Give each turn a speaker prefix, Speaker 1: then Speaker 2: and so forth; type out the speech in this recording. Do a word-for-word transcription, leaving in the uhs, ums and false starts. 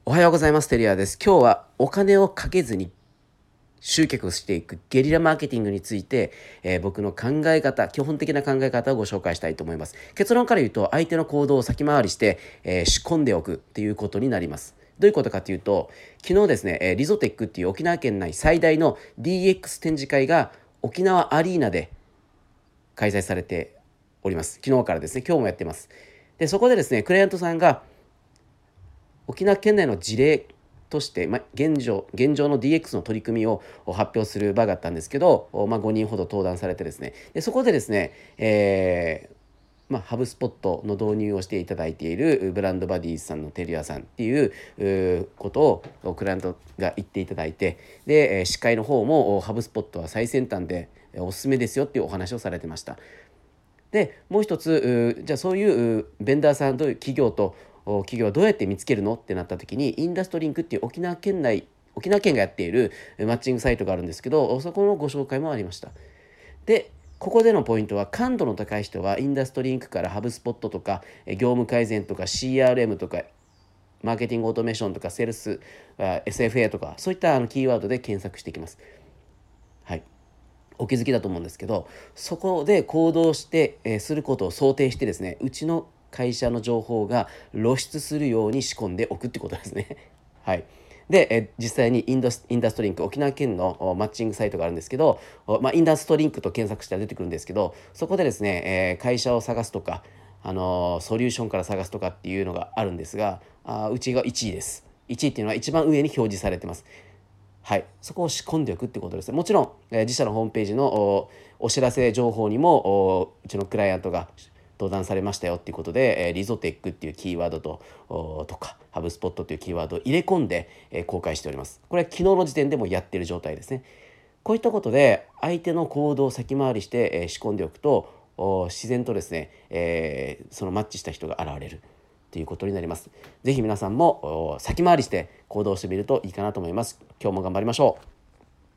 Speaker 1: おはようございます。テリアです。今日はお金をかけずに集客をしていくゲリラマーケティングについて、えー僕の考え方、基本的な考え方をご紹介したいと思います。結論から言うと、相手の行動を先回りして、えー仕込んでおくっていうことになります。どういうことかというと、昨日ですね、えーリゾテックっていう沖縄県内最大の ディーエックス 展示会が沖縄アリーナで開催されております。昨日からですね、今日もやってます。で、そこでですね、クライアントさんが沖縄県内の事例として、まあ、現状現状の ディーエックス の取り組みを発表する場があったんですけど、まあ、ごにんほど登壇されてですね、でそこでですね、えーまあ、ハブスポットの導入をしていただいているブランドバディーズさんのテリアさんっていううことをクライアントが言っていただいて、で司会の方もハブスポットは最先端でおすすめですよっていうお話をされてました。でもう一つ、じゃあそういうベンダーさん、どういう企業と企業はどうやって見つけるのってなった時に、インダストリンクっていう沖縄県内沖縄県がやっているマッチングサイトがあるんですけど、そこのご紹介もありました。でここでのポイントは、感度の高い人はインダストリンクからハブスポットとか業務改善とか シーアールエム とかマーケティングオートメーションとかセールス エスエフエー とか、そういったあのキーワードで検索していきます。はい、お気づきだと思うんですけど、そこで行動して、えーすることを想定してですね、うちの会社の情報が露出するように仕込んでおくってことですね。はい。で、え実際にインダスインダストリンク、沖縄県のおマッチングサイトがあるんですけど、おまあ、インダストリンクと検索したら出てくるんですけど、そこでですね、えー会社を探すとか、あのーソリューションから探すとかっていうのがあるんですが、あーうちがいちいです。いちいっていうのは一番上に表示されてます。はい、そこを仕込んでおくってことですね。もちろん、えー自社のホームページのおお知らせ情報にもおうちのクライアントが登壇されましたよっていうことで、えーリゾテックっていうキーワードとおとかハブスポットというキーワードを入れ込んで、えー公開しております。これは昨日の時点でもやっている状態ですね。こういったことで相手の行動を先回りして、えー仕込んでおくと、お自然とですね、えーそのマッチした人が現れるということになります。ぜひ皆さんもお先回りして行動してみるといいかなと思います。今日も頑張りましょう。